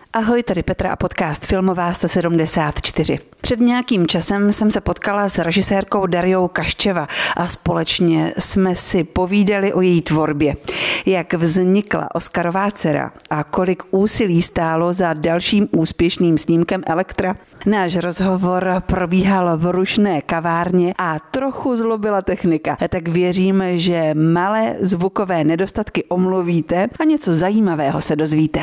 Ahoj, tady Petra a podcast Filmová 174. Před nějakým časem jsem se potkala s režisérkou Dariou Kaščeva a společně jsme si povídali o její tvorbě. Jak vznikla Oscarová dcera a kolik úsilí stálo za dalším úspěšným snímkem Elektra. Náš rozhovor probíhal v rušné kavárně a trochu zlobila technika. Tak věřím, že malé zvukové nedostatky omluvíte a něco zajímavého se dozvíte.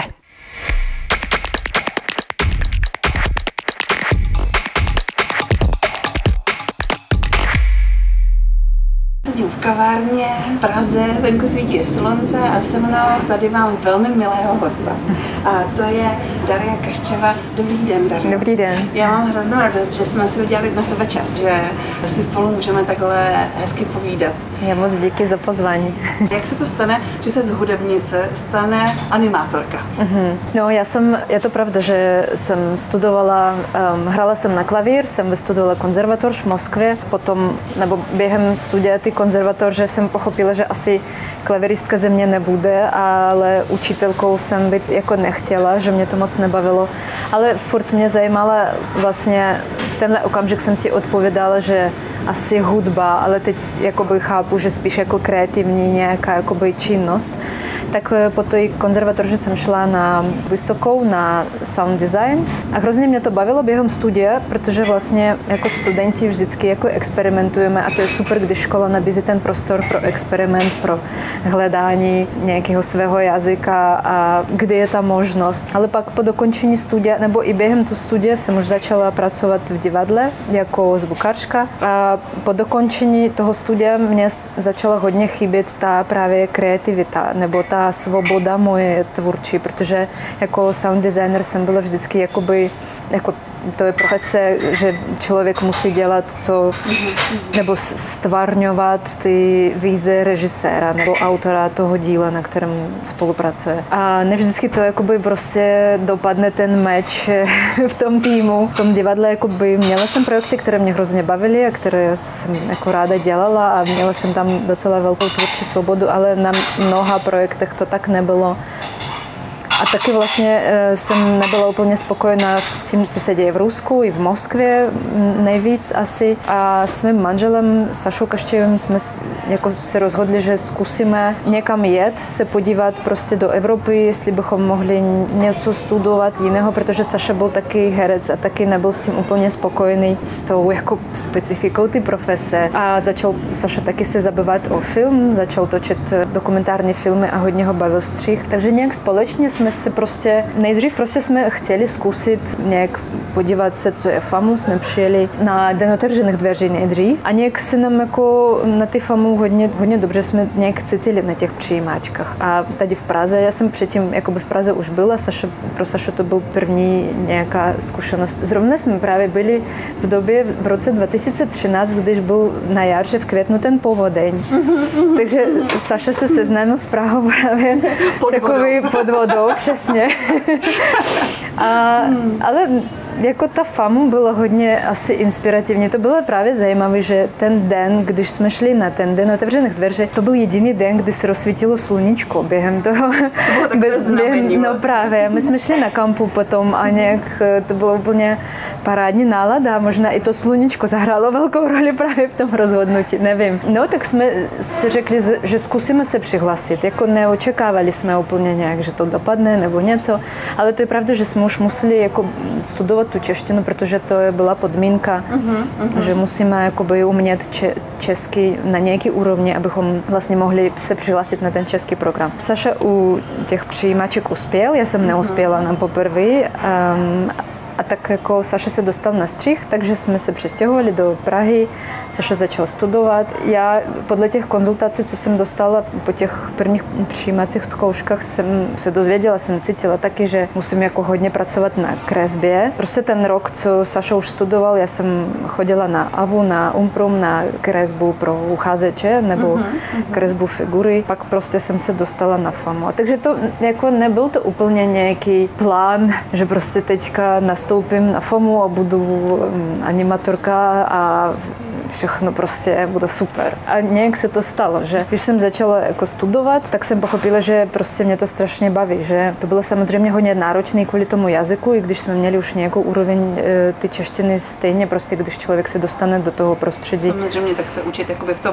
Sedím v kavárně v Praze, venku svítí slunce a se mnou tady mám velmi milého hosta. A to je Daria Kaščeva. Dobrý den, Daria. Dobrý den. Já mám hroznou radost, že jsme si udělali na sebe čas, že si spolu můžeme takhle hezky povídat. Já moc díky za pozvání. Jak se to stane, že se z hudebnice stane animátorka? No, je to pravda, že jsem studovala, hrala jsem na klavír, jsem vystudovala konzervatoř v Moskvě, potom, nebo během studia ty konzervatoře jsem pochopila, že asi klaviristka ze mě nebude, ale učitelkou jsem být jako nechtěla, že mě to moc nebavilo. Ale furt mě zajímala vlastně, v tenhle okamžik jsem si odpovědala, že asi hudba, ale teď jakoby chápu, že spíš jako kreativní nějaká jakoby činnost. Tak po té konzervatoře jsem šla na vysokou, na sound design a hrozně mě to bavilo během studia, protože vlastně jako studenti vždycky jako experimentujeme a to je super, když škola nabízí ten prostor pro experiment, pro hledání nějakého svého jazyka a kdy je ta možnost. Ale pak po dokončení studia, nebo i během tu studia jsem už začala pracovat v divadle jako zvukařka a po dokončení toho studia mě začala hodně chybět ta právě kreativita nebo ta svoboda moje tvůrčí, protože jako sound designer jsem byla vždycky jakoby, jako to je profese, že člověk musí dělat nebo stvárňovat ty vize režiséra nebo autora toho díla, na kterém spolupracuje. A ne vždycky to jakoby prostě dopadne ten meč v tom týmu. V tom divadle jakoby měla jsem projekty, které mě hrozně bavily a které jsem jako ráda dělala a měla jsem tam docela velkou tvůrčí svobodu, ale na mnoha projektech to tak nebylo. A taky vlastně jsem nebyla úplně spokojená s tím, co se děje v Rusku i v Moskvě nejvíc asi. A s mým manželem Sašou Kaščevem jsme jako se rozhodli, že zkusíme někam jet, se podívat prostě do Evropy, jestli bychom mohli něco studovat jiného, protože Saša byl taky herec a taky nebyl s tím úplně spokojený s tou jako specifikou ty profese. A začal Saša taky se zabývat o film, začal točit dokumentární filmy a hodně ho bavil střih. Takže nějak společně jsme se prostě, nejdřív prostě jsme chtěli zkusit nějak podívat se, co je FAMU. Jsme přijeli na Den otevřených dveří nejdřív a nějak se nám jako na ty FAMU hodně dobře jsme nějak cítili na těch přijímačkách. A tady v Praze, já jsem předtím jakoby v Praze už byla, pro Sašu to byl první nějaká zkušenost. Zrovna jsme právě byli v roce 2013, když byl na jaře v květnu ten povodeň. Takže Saša se seznámil s Prahou právě pod vodou. Přesně. Ale jako ta FAMU byla hodně asi inspirativní. To bylo právě zajímavé, že ten den, když jsme šli na ten Den otevřených dveří, to byl jediný den, kdy se rozsvítilo sluníčko během toho. To bylo znamení. No právě, my jsme šli na kampu potom a nějak to bylo úplně parádní nálada. Možná i to sluníčko zahrálo velkou roli právě v tom rozhodnutí, nevím. No tak jsme si řekli, že zkusíme se přihlásit. Jako neočekávali jsme úplně nějak, že to dopadne nebo něco, ale to je pravda, že jsme už museli jako studovat tu češtinu, protože to byla podmínka, že musíme jakoby umět česky na nějaký úrovni, abychom vlastně mohli se přihlásit na ten český program. Saša u těch přijímaček uspěl, já jsem neuspěla na poprvé. A tak jako Saša se dostal na střih, takže jsme se přestěhovali do Prahy, Saša začal studovat. Já podle těch konzultací, co jsem dostala po těch prvních přijímacích zkouškách, jsem se dozvěděla, jsem cítila taky, že musím jako hodně pracovat na kresbě. Prostě ten rok, co Saša už studoval, já jsem chodila na AVU, na Umprum, na kresbu pro uchazeče nebo kresbu figury. Pak prostě jsem se dostala na FAMU. Takže to jako nebyl to úplně nějaký plán, že prostě teďka nastoupím na FAMU a budu animatorka a všechno prostě bude super. A nějak se to stalo, že když jsem začala jako studovat, tak jsem pochopila, že prostě mě to strašně baví, že to bylo samozřejmě hodně náročné kvůli tomu jazyku, i když jsme měli už nějakou úroveň ty češtiny stejně, prostě když člověk se dostane do toho prostředí. Samozřejmě tak se učit jakoby v tom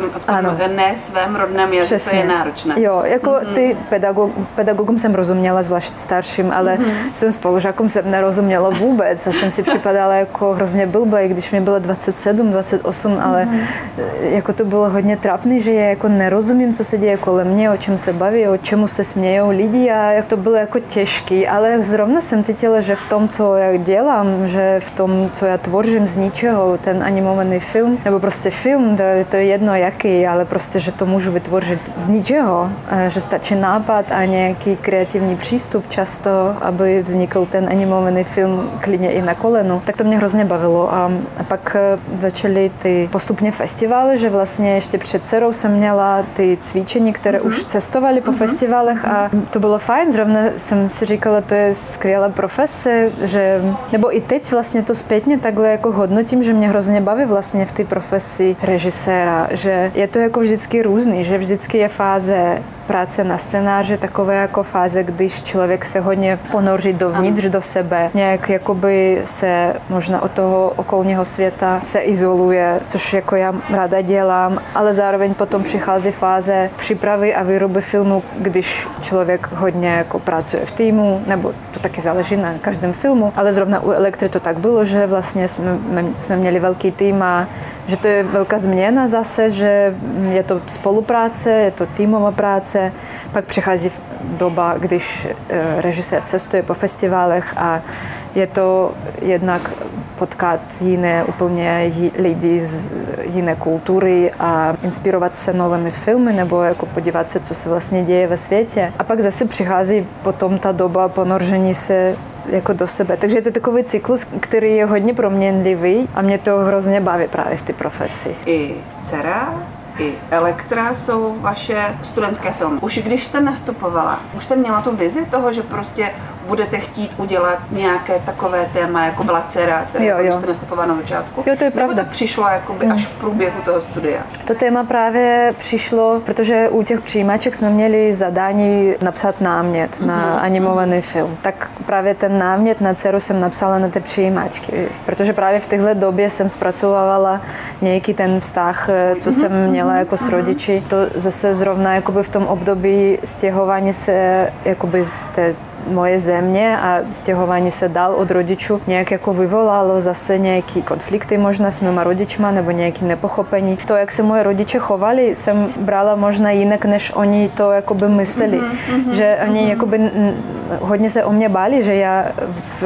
ne svém rodném jazyce je náročné. Jo, jako ty pedagogům jsem rozuměla, zvlášť starším, ale svým spolužákům jsem nerozuměla vůbec. Já jsem si připadala jako hrozně blbá, i když mi bylo 27, 28, ale jako to bylo hodně trapný, že já jako nerozumím, co se děje kolem mě, o čem se baví, o čemu se smějou lidi a jak to bylo jako těžký, ale zrovna jsem cítila, že v tom, co já dělám, že v tom, co já tvořím z ničeho, ten animovaný film, nebo prostě film, to je jedno jaký, ale prostě, že to můžu vytvořit z ničeho, že stačí nápad a nějaký kreativní přístup často, aby vznikl ten animovaný film klidně i na kolenu. Tak to mě hrozně bavilo a pak začaly ty postupně festivaly, že vlastně ještě před dcerou jsem měla ty cvičení, které už cestovaly po festivalech a to bylo fajn. Zrovna jsem si říkala, to je skvělá profese, že nebo i teď vlastně to zpětně takhle jako hodnotím, že mě hrozně baví vlastně v té profesi režiséra, že je to jako vždycky různý, že vždycky je fáze práce na scénáři, takové jako fáze, když člověk se hodně ponoří dovnitř do sebe, nějak jakoby se možná od toho okolního světa se izoluje, což jako já ráda dělám, ale zároveň potom přichází fáze přípravy a výroby filmu, když člověk hodně jako pracuje v týmu, nebo to taky záleží na každém filmu, ale zrovna u Elektry to tak bylo, že vlastně jsme měli velký tým a že to je velká změna zase, že je to spolupráce, je to týmová práce, pak přichází doba, když režisér cestuje po festivalech a je to jednak potkat jiné úplně lidi z jiné kultury a inspirovat se novými filmy nebo jako podívat se, co se vlastně děje ve světě. A pak zase přichází potom ta doba ponoření se jako do sebe. Takže je to takový cyklus, který je hodně proměnlivý a mě to hrozně baví právě v té profesi. I dcera, i Elektra jsou vaše studentské filmy. Už když jste nastupovala, už jste měla tu vizi toho, že prostě budete chtít udělat nějaké takové téma, jako byla dcera, když jste nastupovala na začátku? Jo, to je pravda. Nebo to přišlo jakoby až v průběhu toho studia? To téma právě přišlo, protože u těch přijímaček jsme měli zadání napsat námět na animovaný film. Tak právě ten námět na dceru jsem napsala na ty přijímačky, protože právě v téhle době jsem zpracovávala nějaký ten vztah, co jsem měla jako s rodiči. To zase zrovna jakoby v tom období stěhování se jakoby z té moje země a stěhování se dál od rodičů nějak jako vyvolalo zase nějaký konflikty možná s mýma rodičma nebo nějaké nepochopení. To, jak se moje rodiče chovali, jsem brala možná jinak, než oni to jakoby mysleli. Že oni jakoby hodně se o mě báli, že já v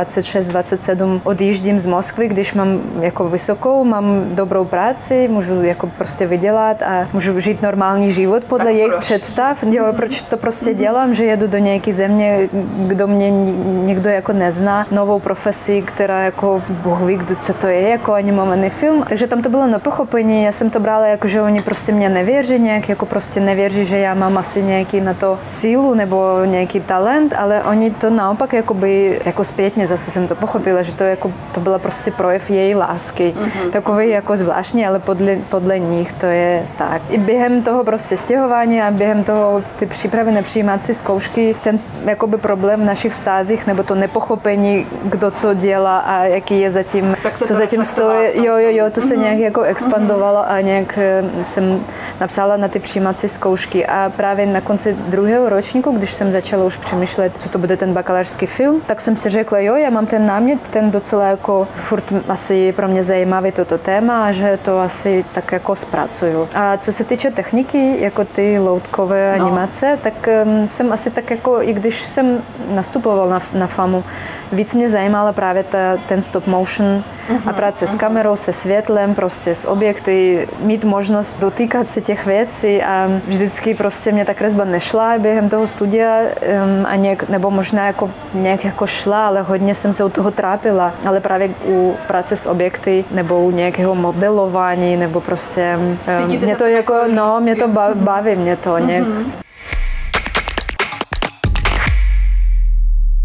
26-27 odjíždím z Moskvy, když mám jako vysokou, mám dobrou práci, můžu jako prostě vydělat a můžu žít normální život podle jejich představ. Jo, proč to prostě dělám, že jedu do nějaké země, kdo mě někdo jako nezná, novou profesi, která jako Bůh ví, co to je jako animovaný film. Takže tam to bylo nepochopení, já jsem to brala jako, že oni prostě mě nevěří nějak, jako prostě nevěří, že já mám asi nějaký na to sílu nebo nějaký talent, ale oni to naopak jakoby, jako zpětně zase jsem to pochopila, že to jako, to byla prostě projev její lásky. Takový jako zvláštní, ale podle nich to je tak. I během toho prostě stěhování a během toho ty přípravy na přijímací zkoušky, ten jakoby problém v našich vztazích, nebo to nepochopení, kdo co dělá a jaký je zatím, co zatím stojí. Jo, to se nějak jako expandovalo a nějak jsem napsala na ty přijímací zkoušky. A právě na konci druhého ročníku, když jsem začala už přemýšlet, co to bude ten bakalářský film, tak jsem si řekla, jo, já mám ten námět, ten docela jako furt asi pro mě zajímavý toto téma a že to asi tak jako zpracuju. A co se týče techniky, jako ty loutkové animace, tak jsem asi tak jako, i když jsem nastupoval na FAMu, víc mě zajímala právě ten stop motion a práce s kamerou, se světlem, prostě s objekty, mít možnost dotýkat se těch věcí a vždycky prostě mě ta kresba nešla během toho studia a nebo možná jako nějak jako šla, ale hodně jsem se u toho trápila, ale právě u práce s objekty nebo u nějakého modelování nebo prostě mě to jako, mě to baví, mě to nějak.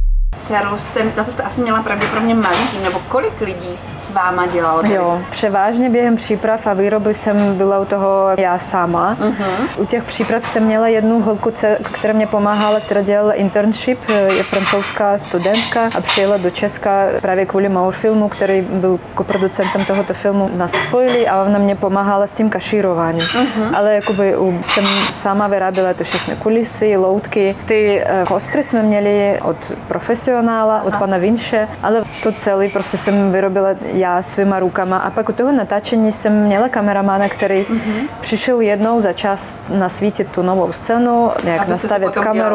dceru, na to jste asi měla pravděpodobně malý tým, nebo kolik lidí s váma dělalo? Jo, převážně během příprav a výroby jsem byla u toho já sama. U těch příprav jsem měla jednu holku, která mě pomáhala, která dělala internship, je francouzská studentka a přijela do Česka právě kvůli Maurfilmu, který byl koproducentem tohoto filmu. Nás spojili a ona mě pomáhala s tím kašírováním. Ale jakoby jsem sama vyráběla to všechny kulisy, loutky. Ty kostry jsme měli od profesionála, od pana Vinše, ale to celé prostě jsem vyrobila já svýma rukama. A pak u toho natáčení jsem měla kameramana, který přišel jednou za čas nasvítit tu novou scénu, jak nastavit kameru.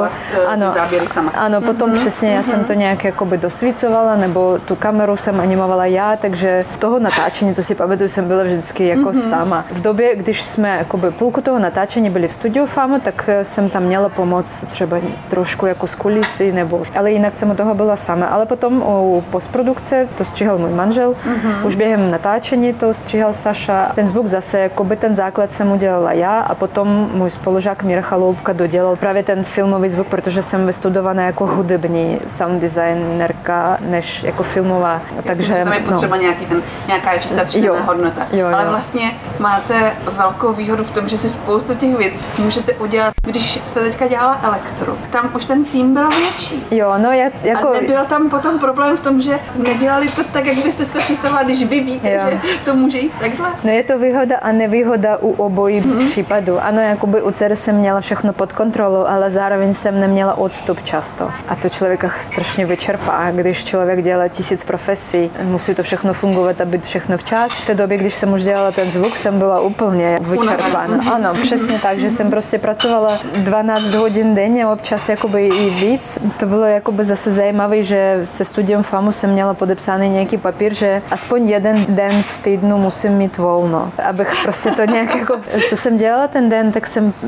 Ano, potom přesně já jsem to nějak jakoby dosvícovala, nebo tu kameru jsem animovala já, takže toho natáčení, co si pamatuju, jsem byla vždycky jako sama. V době, když jsme jakoby půlku toho natáčení byli v studiu FAMU, tak jsem tam měla pomoc třeba trošku jako z kulisy, nebo, ale jinak jsem u toho byla sama. Ale potom u postprodukce to stříhal můj manžel, už během natáčení to stříhal Saša. Ten zvuk zase, jakoby ten základ jsem udělala já a potom můj spolužák Míra Chaloupka dodělal právě ten filmový zvuk, protože jsem vystudovaná jako hudební sound designerka, než jako filmová. Takže tam je potřeba nějaká ještě ta přidaná hodnota. Ale vlastně máte velkou výhodu v tom, že si spoustu těch věcí můžete udělat, když jste teďka dělala elektro. Tam už ten tým byl větší. Jo, no jako... A nebyl tam potom problém v tom, že nedělali to tak, jak byste si to představila, když vy víte, že to může jít takhle? No je to výhoda a nevýhoda u obojí případů. Ano, jakoby u dcery jsem měla všechno pod kontrolou, ale zároveň jsem neměla odstup často. A to člověka strašně vyčerpá, když člověk dělá 1000 profesí, musí to všechno fungovat a být všechno včas. V té době, když jsem už dělala ten zvuk, jsem byla úplně vyčerpána. Ano, přesně tak, že jsem prostě pracovala 12 hodin denně, občas jakoby i víc. To bylo jakoby zase zajímavé, že se studiem FAMU jsem měla podepsaný nějaký papír, že aspoň jeden den v týdnu musím mít volno. Abych prostě to nějak jako, co jsem dělala ten den, tak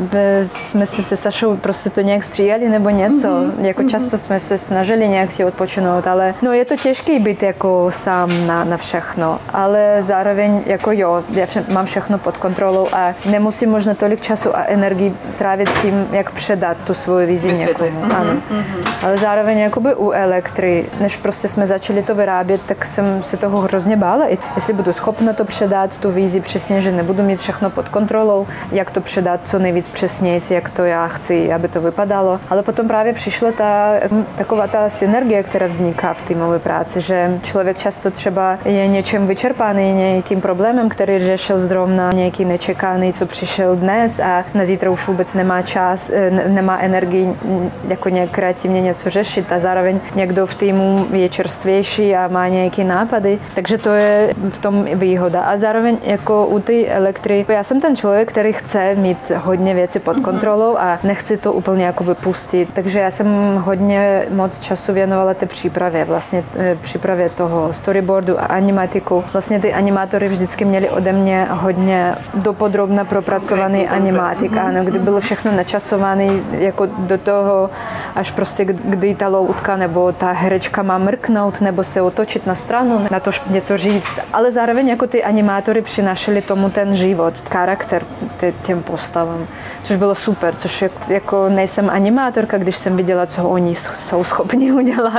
jsme si se Sašou prostě to nějak stříhali nebo něco. Jako často jsme se snažili nějak si odpočinout, ale no je to těžké být jako sám na všechno, ale zároveň jako jo, já mám všechno pod kontrolou a nemusím možná tolik času a energii trávit tím, jak předat tu svoji vizi někomu. Ano. Ale zároveň jakoby u elektry, než prostě jsme začali to vyrábět, tak jsem se toho hrozně bála. Jestli budu schopna to předat, tu vizi přesně, že nebudu mít všechno pod kontrolou, jak to předat co nejvíc přesněji, jak to já chci, aby to vypadalo. Ale potom právě přišla taková ta synergie, která vzniká v týmové práci, že člověk často třeba je něčem vyčerpaný, nějakým problémem, který řešil zrovna nějaký nečekaný, co přišel dnes a na zítra už vůbec nemá čas, nemá energii jako nějak kreativně něco řešit a zároveň někdo v týmu je čerstvější a má nějaké nápady, takže to je v tom výhoda. A zároveň jako u té elektry, já jsem ten člověk, který chce mít hodně věcí pod kontrolou a nechci to úplně jakoby pustit, takže já jsem hodně moc času věnovala té přípravě, vlastně přípravě toho storyboardu a animatiku. Vlastně ty animátory vždycky měli ode mě hodně dopodrobna propracovaný animatik, ano, kdy bylo všechno načasované jako do toho, až prostě kdy ta loutka nebo ta herečka má mrknout nebo se otočit na stranu, na to něco říct. Ale zároveň jako ty animátory přinášeli tomu ten život, charakter těm postavám, což bylo super, což jako nejsem animátorka, když jsem viděla, co oni jsou schopni udělat.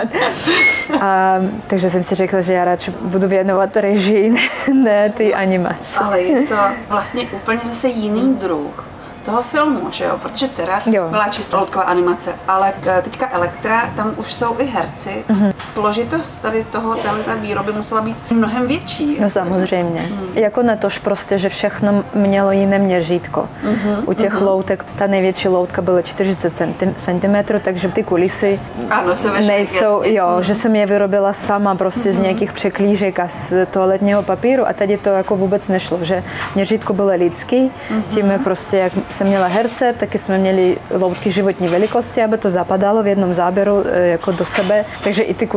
Takže jsem si řekla, že já radši budu věnovat režii, ne ty animace. Ale je to vlastně úplně zase jiný druh toho filmu, že jo? Protože dcera byla čistě loutková animace, ale teďka Elektra, tam už jsou i herci. Složitost tady téhle výroby musela být mnohem větší. No samozřejmě. Jako na tož prostě, že všechno mělo jiné měřítko. U těch loutek, ta největší loutka byla 40 cm, takže ty kulisy nejsou, že jsem je vyrobila sama prostě z nějakých překlížek a z toaletního papíru a tady to jako vůbec nešlo, že měřítko bylo lidský, tím prostě jak jsem měla herce, taky jsme měli loutky životní velikosti, aby to zapadalo v jednom záběru jako do sebe, takže i ty kulisy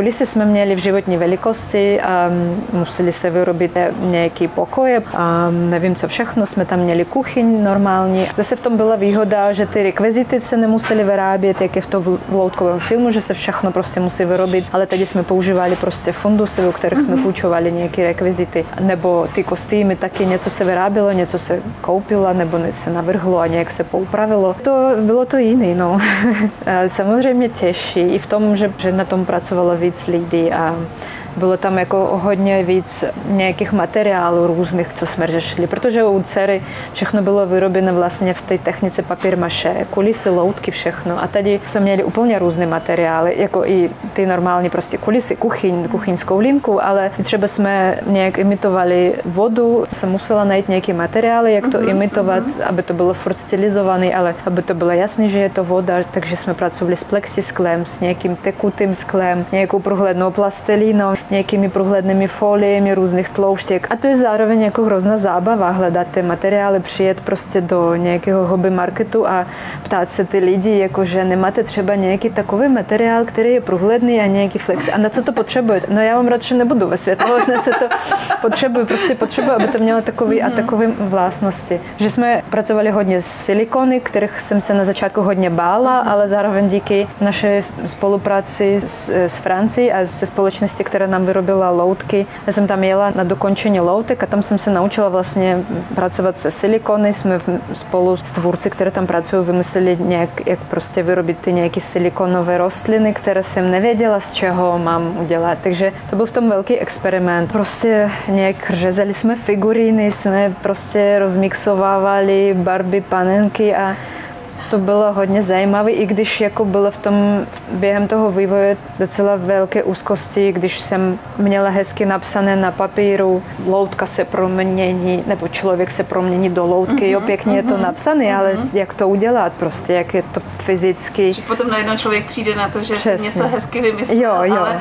kulisy jsme měli v životní velikosti a museli se vyrobit nějaký pokoje a nevím co všechno, jsme tam měli kuchyň normální. Zase v tom byla výhoda, že ty rekvizity se nemuseli vyrábět, jak je v tom loutkovém filmu, že se všechno prostě musí vyrobit, ale tady jsme používali prostě fundusy, u kterých jsme půjčovali nějaké rekvizity. Nebo ty kostýmy taky něco se vyrábělo, něco se koupilo, nebo se navrhlo a nějak se poupravilo. Bylo to jiný, no. Samozřejmě těžší i v tom, že na tom pracovalo víc lidí a bylo tam jako hodně víc nějakých materiálů různých, co jsme řešili, protože u dcery všechno bylo vyrobeno vlastně v té technice papír maché, kulisy, loutky, všechno. A tady jsme měli úplně různé materiály, jako i ty normální prostě kulisy, kuchyňskou linku, ale třeba jsme nějak imitovali vodu, jsem musela najít nějaké materiály, jak to imitovat, aby to bylo furt stylizované, ale aby to bylo jasné, že je to voda, takže jsme pracovali s plexisklem, s nějakým tekutým sklem, nějakou průhlednou plastelínou, nějakými průhlednými foliemi různých tlouštěk. A to je zároveň jako hrozná zábava hledat ty materiály, přijet prostě do nějakého hobby marketu a ptát se ty lidi, jakože nemáte třeba nějaký takový materiál, který je průhledný a nějaký flex. A na co to potřebujete? No já vám radši nebudu vysvětlovat, na co to potřebuji. Prostě potřebuji, aby to mělo takový a takové vlastnosti. Že jsme pracovali hodně s silikony, kterých jsem se na začátku hodně bála, ale zároveň díky naší spolupráci s Francií a se společností, která nám vyrobila loutky. Já jsem tam jela na dokončení loutek a tam jsem se naučila vlastně pracovat se silikony. Jsme spolu s tvůrci, které tam pracují, vymysleli nějak, jak prostě vyrobit ty nějaké silikonové rostliny, které jsem nevěděla, z čeho mám udělat. Takže to byl v tom velký experiment. Prostě nějak řezali jsme figuríny, jsme prostě rozmixovávali Barbie panenky a to bylo hodně zajímavé, i když jako bylo během toho vývoje docela velké úzkosti, když jsem měla hezky napsané na papíru, loutka se promění, nebo člověk se promění do loutky, jo, pěkně je to napsané, ale jak to udělat prostě, jak je to fyzicky. Že potom najednou člověk přijde na to, že si něco hezky vymyslel, ale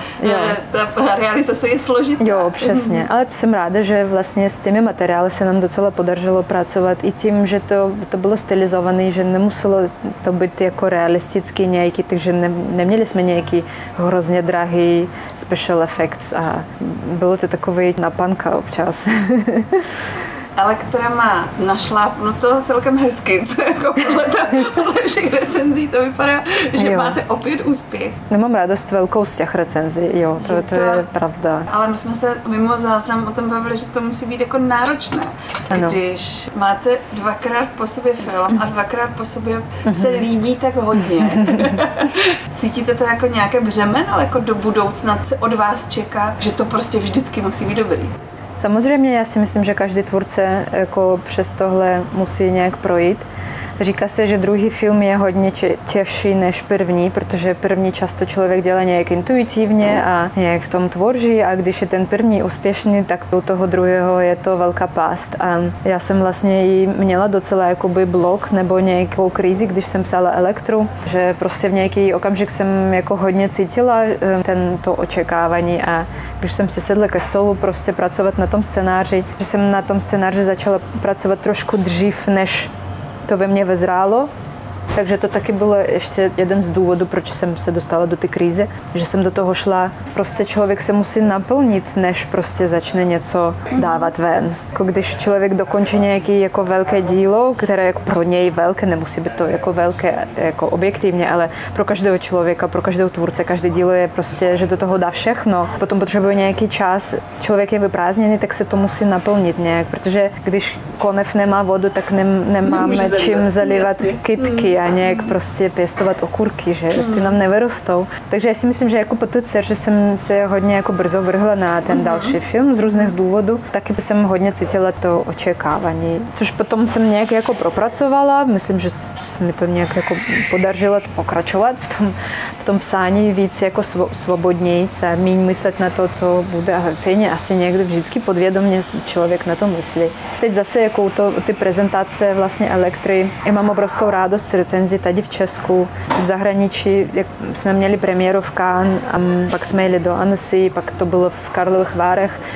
ta realizace je složitá. Jo, přesně. Ale jsem ráda, že vlastně s těmi materiály se nám docela podařilo pracovat i tím, že to bylo stylizované, že nemuselo to být jako realistický nějaký, takže neměli jsme nějaký hrozně drahý special effects a bylo to takový napanka občas. Ale která má našlápnuto celkem hezky. To jako podle všech recenzí to vypadá, že máte opět úspěch. Nemám radost velkou z těch recenzí, jo, to je pravda. Ale my jsme se mimo záznam o tom bavili, že to musí být jako náročné. Ano. Když máte dvakrát po sobě film a dvakrát po sobě se líbí tak hodně. Cítíte to jako nějaké břemeno, jako do budoucna se od vás čeká, že to prostě vždycky musí být dobrý? Samozřejmě já si myslím, že každý tvůrce jako přes tohle musí nějak projít. Říká se, že druhý film je hodně těžší než první, protože první často člověk dělá nějak intuitivně a nějak v tom tvoří a když je ten první úspěšný, tak u toho druhého je to velká past. A já jsem vlastně i měla docela jakoby blok nebo nějakou krizi, když jsem psala Elektru, že prostě v nějaký okamžik jsem jako hodně cítila to očekávání a když jsem si sedla ke stolu prostě pracovat na tom scénáři, že jsem na tom scénáři začala pracovat trošku dřív, než to ve mně vezrálo, takže to taky bylo ještě jeden z důvodů, proč jsem se dostala do té krize, že jsem do toho šla. Prostě člověk se musí naplnit, než prostě začne něco dávat ven. Jako když člověk dokončí nějaké jako velké dílo, které jako pro něj velké, nemusí být to jako velké jako objektivně, ale pro každého člověka, pro každého tvůrce, každé dílo je prostě, že do toho dá všechno. Potom potřebuje nějaký čas, člověk je vyprázdněný, tak se to musí naplnit nějak, protože když konev nemá vodu, tak nemáme čím zalivat kytky a nějak prostě pěstovat okurky, že ty nám nevyrostou. Takže já si myslím, že jako po té dceře jsem se hodně jako brzo vrhla na ten další film z různých důvodů. Taky jsem hodně cítila to očekávání, což potom jsem nějak jako propracovala. Myslím, že mi to nějak jako podařilo pokračovat v tom psání víc jako svobodnějc a míň myslet na to, co bude. A stejně asi někdy vždycky podvědomě člověk na to myslí. Teď zase jako ty prezentace vlastně Elektry, já mám obrovskou radost z recenzí tady v Česku, v zahraničí, jak jsme měli premiéru v Cannes a pak jsme jeli do Annecy, pak to bylo v Karlových Várech,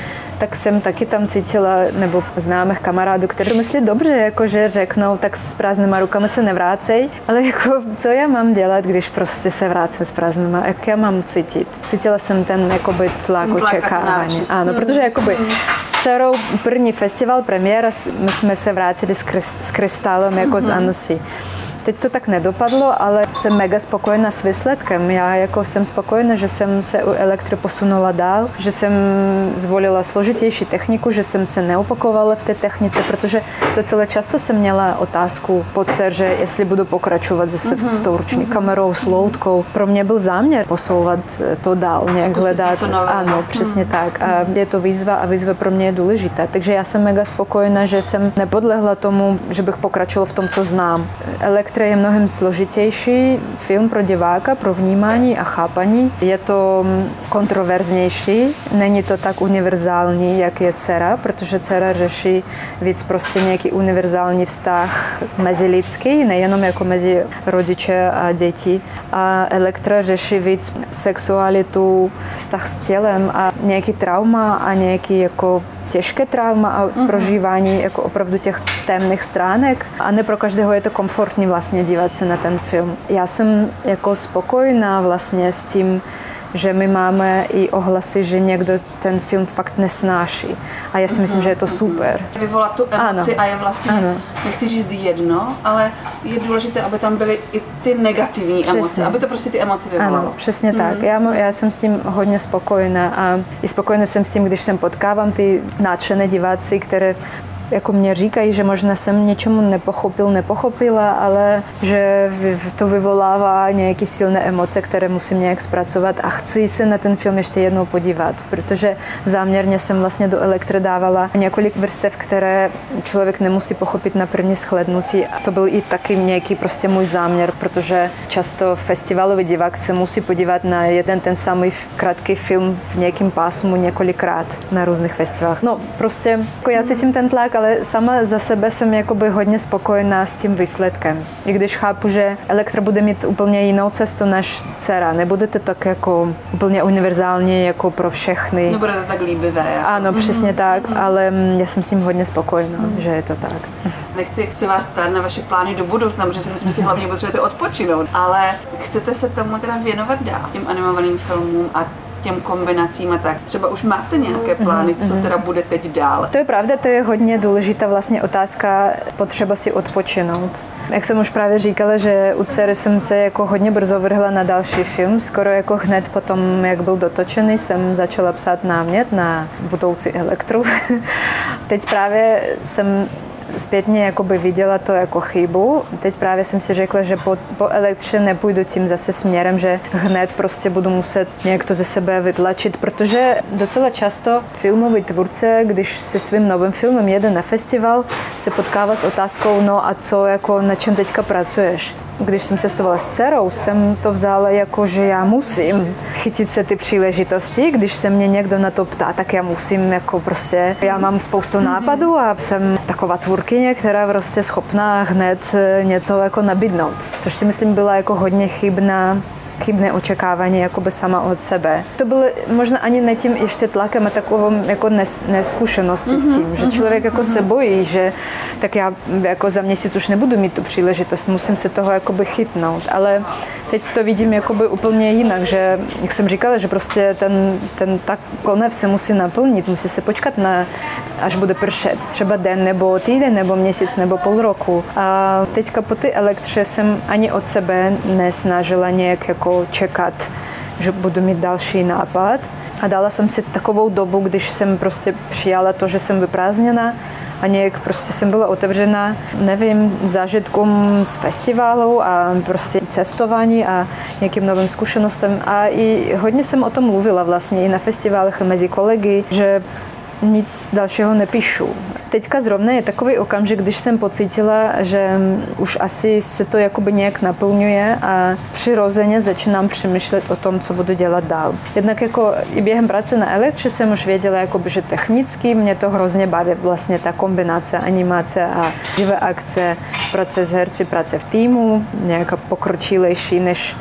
tak jsem taky tam cítila, nebo známých kamarádů, kteří myslí dobře, jakože řeknou, tak s prázdnýma rukama se nevrácej, ale jako co já mám dělat, když prostě se vrátím s prázdnýma, jak já mám cítit? Cítila jsem ten jakoby tlak očekávání. Ano, protože jakoby s dcerou první festival premiéra my jsme se vrátili s Krystálem jako z Annecy. Teď to tak nedopadlo, ale jsem mega spokojená s výsledkem. Já jako jsem spokojená, že jsem se u elektry posunula dál, že jsem zvolila složitější techniku, že jsem se neopakovala v té technice, protože docela často jsem měla otázku po dceře, jestli budu pokračovat zase s tou ruční kamerou, s loutkou. Pro mě byl záměr posouvat to dál, nějak hledat. Ano, přesně tak. A je to výzva a výzva pro mě je důležitá. Takže já jsem mega spokojená, že jsem nepodlehla tomu, že bych pokračovala v tom, co znám. Elektra je mnohem složitější film pro diváka, pro vnímání a chápaní. Je to kontroverznější, není to tak univerzální, jak je dcera, protože dcera řeší víc prostě nějaký univerzální vztah mezilidský, nejenom jako mezi rodiče a děti. A Elektra řeší víc sexualitu, vztah s tělem a nějaký trauma a nějaký jako těžké trauma a prožívání jako opravdu těch temných stránek a ne pro každého je to komfortní vlastně dívat se na ten film. Já jsem jako spokojená vlastně s tím, že my máme i ohlasy, že někdo ten film fakt nesnáší. A já si myslím, že je to super. Vyvolat tu emoci a je vlastně, nechci říct jedno, ale je důležité, aby tam byly i ty negativní emoce, aby to prostě ty emoce vyvolalo. Ano, přesně tak. Já jsem s tím hodně spokojená a i spokojená jsem s tím, když jsem potkávám ty nadšené diváci, které jako mě říkají, že možná jsem něčemu nepochopila, ale že to vyvolává nějaké silné emoce, které musím nějak zpracovat a chci se na ten film ještě jednou podívat, protože záměrně jsem vlastně do Elektry dávala několik vrstev, které člověk nemusí pochopit na první shlédnutí. A to byl i taky nějaký prostě můj záměr, protože často festivalový divák se musí podívat na jeden ten samý krátký film v nějakém pásmu několikrát na různých festivalech. No prostě jako já cítím ten tlak, ale sama za sebe jsem jakoby hodně spokojená s tím výsledkem. I když chápu, že Elektra bude mít úplně jinou cestu než dcera. Nebude to tak jako úplně univerzální jako pro všechny. Nebude to tak líbivé. Jako. Ano, přesně tak, ale já jsem s tím hodně spokojená, že je to tak. Nechci se vás ptát na vaše plány do budoucna, protože si myslím, že si hlavně potřebujete odpočinout, ale chcete se tomu teda věnovat dál, těm animovaným filmům a těm kombinacím a tak. Třeba už máte nějaké plány, co teda bude teď dál? To je pravda, to je hodně důležitá vlastně otázka, potřeba si odpočinout. Jak jsem už právě říkala, že u dcery jsem se jako hodně brzo vrhla na další film, skoro jako hned potom, jak byl dotočený, jsem začala psát námět na budoucí Elektru. Teď právě jsem zpětně jakoby viděla to jako chybu. Teď právě jsem si řekla, že po Elektře nepůjdu tím zase směrem, že hned prostě budu muset nějak to ze sebe vytlačit, protože docela často filmový tvůrce, když se svým novým filmem jede na festival, se potkává s otázkou, no a co, jako na čem teďka pracuješ? Když jsem cestovala s dcerou, jsem to vzala jako, že já musím chytit se ty příležitosti. Když se mě někdo na to ptá, tak já musím jako prostě, já mám spoustu nápadů a jsem taková tvůrkyně, která prostě schopná hned něco jako nabídnout. Což si myslím byla jako hodně chybné očekávání jakoby sama od sebe. To bylo možná ani ne tím ještě tlakem a takovou jako neskušenosti s tím, že člověk jako se bojí, že tak já jako za měsíc už nebudu mít tu příležitost, musím se toho jakoby chytnout, ale teď to vidím jakoby úplně jinak, že jak jsem říkala, že prostě ta konev se musí naplnit, musí se počkat až bude pršet, třeba den nebo týden nebo měsíc nebo půl roku. A teďka po té Elektře jsem ani od sebe nesnažila nějak jako čekat, že budu mít další nápad. A dala jsem si takovou dobu, když jsem prostě přijala to, že jsem vyprázdněna a nějak prostě jsem byla otevřena, nevím, zážitkům z festivalu a prostě cestování a nějakým novým zkušenostem. A i hodně jsem o tom mluvila vlastně i na festivalech a mezi kolegy, že nic dalšího nepíšu. Teďka zrovna je takový okamžik, když jsem pocítila, že už asi se to jakoby nějak naplňuje a přirozeně začínám přemýšlet o tom, co budu dělat dál. Jednak jako i během práce na Elektře jsem už věděla, jakoby, že technicky mě to hrozně baví, vlastně ta kombinace animace a živé akce, práce s herci, práce v týmu, nějaká pokročilejší než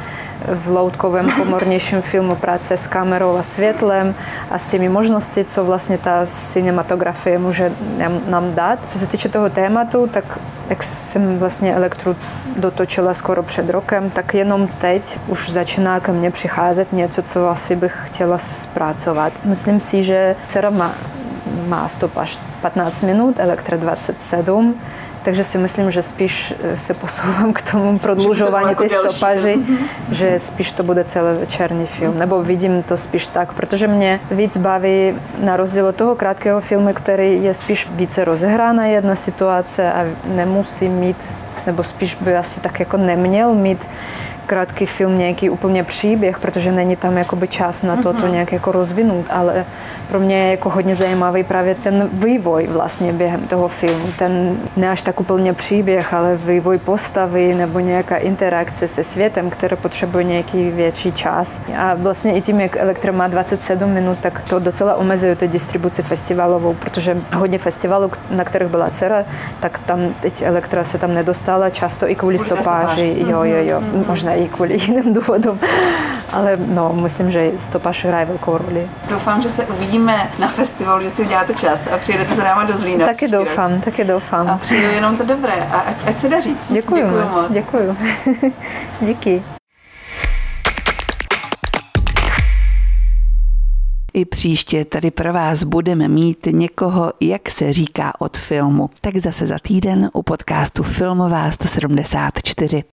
v loutkovém komornějším filmu práce s kamerou a světlem a s těmi možnosti, co vlastně ta cinematografie může nám dát. Co se týče toho tématu, tak jak jsem vlastně Elektru dotočila skoro před rokem, tak jenom teď už začíná ke mně přicházet něco, co asi bych chtěla zpracovat. Myslím si, že dcera má stopáž 15 minut, Elektra 27, takže si myslím, že spíš se posouvám k tomu prodlužování té stopáži, že spíš to bude celovečerní film, nebo vidím to spíš tak, protože mě víc baví na rozdíl od toho krátkého filmu, který je spíš více rozehrána jedna situace a nemusí mít, nebo spíš by asi tak jako neměl mít krátký film nějaký úplně příběh, protože není tam jakoby čas na to nějak jako rozvinout, ale pro mě je jako hodně zajímavý právě ten vývoj vlastně během toho filmu. Ten ne až tak úplně příběh, ale vývoj postavy nebo nějaká interakce se světem, které potřebuje nějaký větší čas. A vlastně i tím, jak Elektra má 27 minut, tak to docela omezuje tu distribuci festivalovou, protože hodně festivalů, na kterých byla dcera, tak tam teď Elektra se tam nedostala, často i kvůli stopáži. Jo. Možná i kvůli jiným důvodům. Ale no, myslím, že stopáž hraje velkou roli. Doufám, že se uvidíme na festivalu, že si uděláte čas a přijedete za náma do Zlína. Taky doufám. A přijdu jenom to dobré a ať se daří. Děkuji moc. Děkuji. Díky. I příště tady pro vás budeme mít někoho, jak se říká, od filmu. Tak zase za týden u podcastu Filmová 174.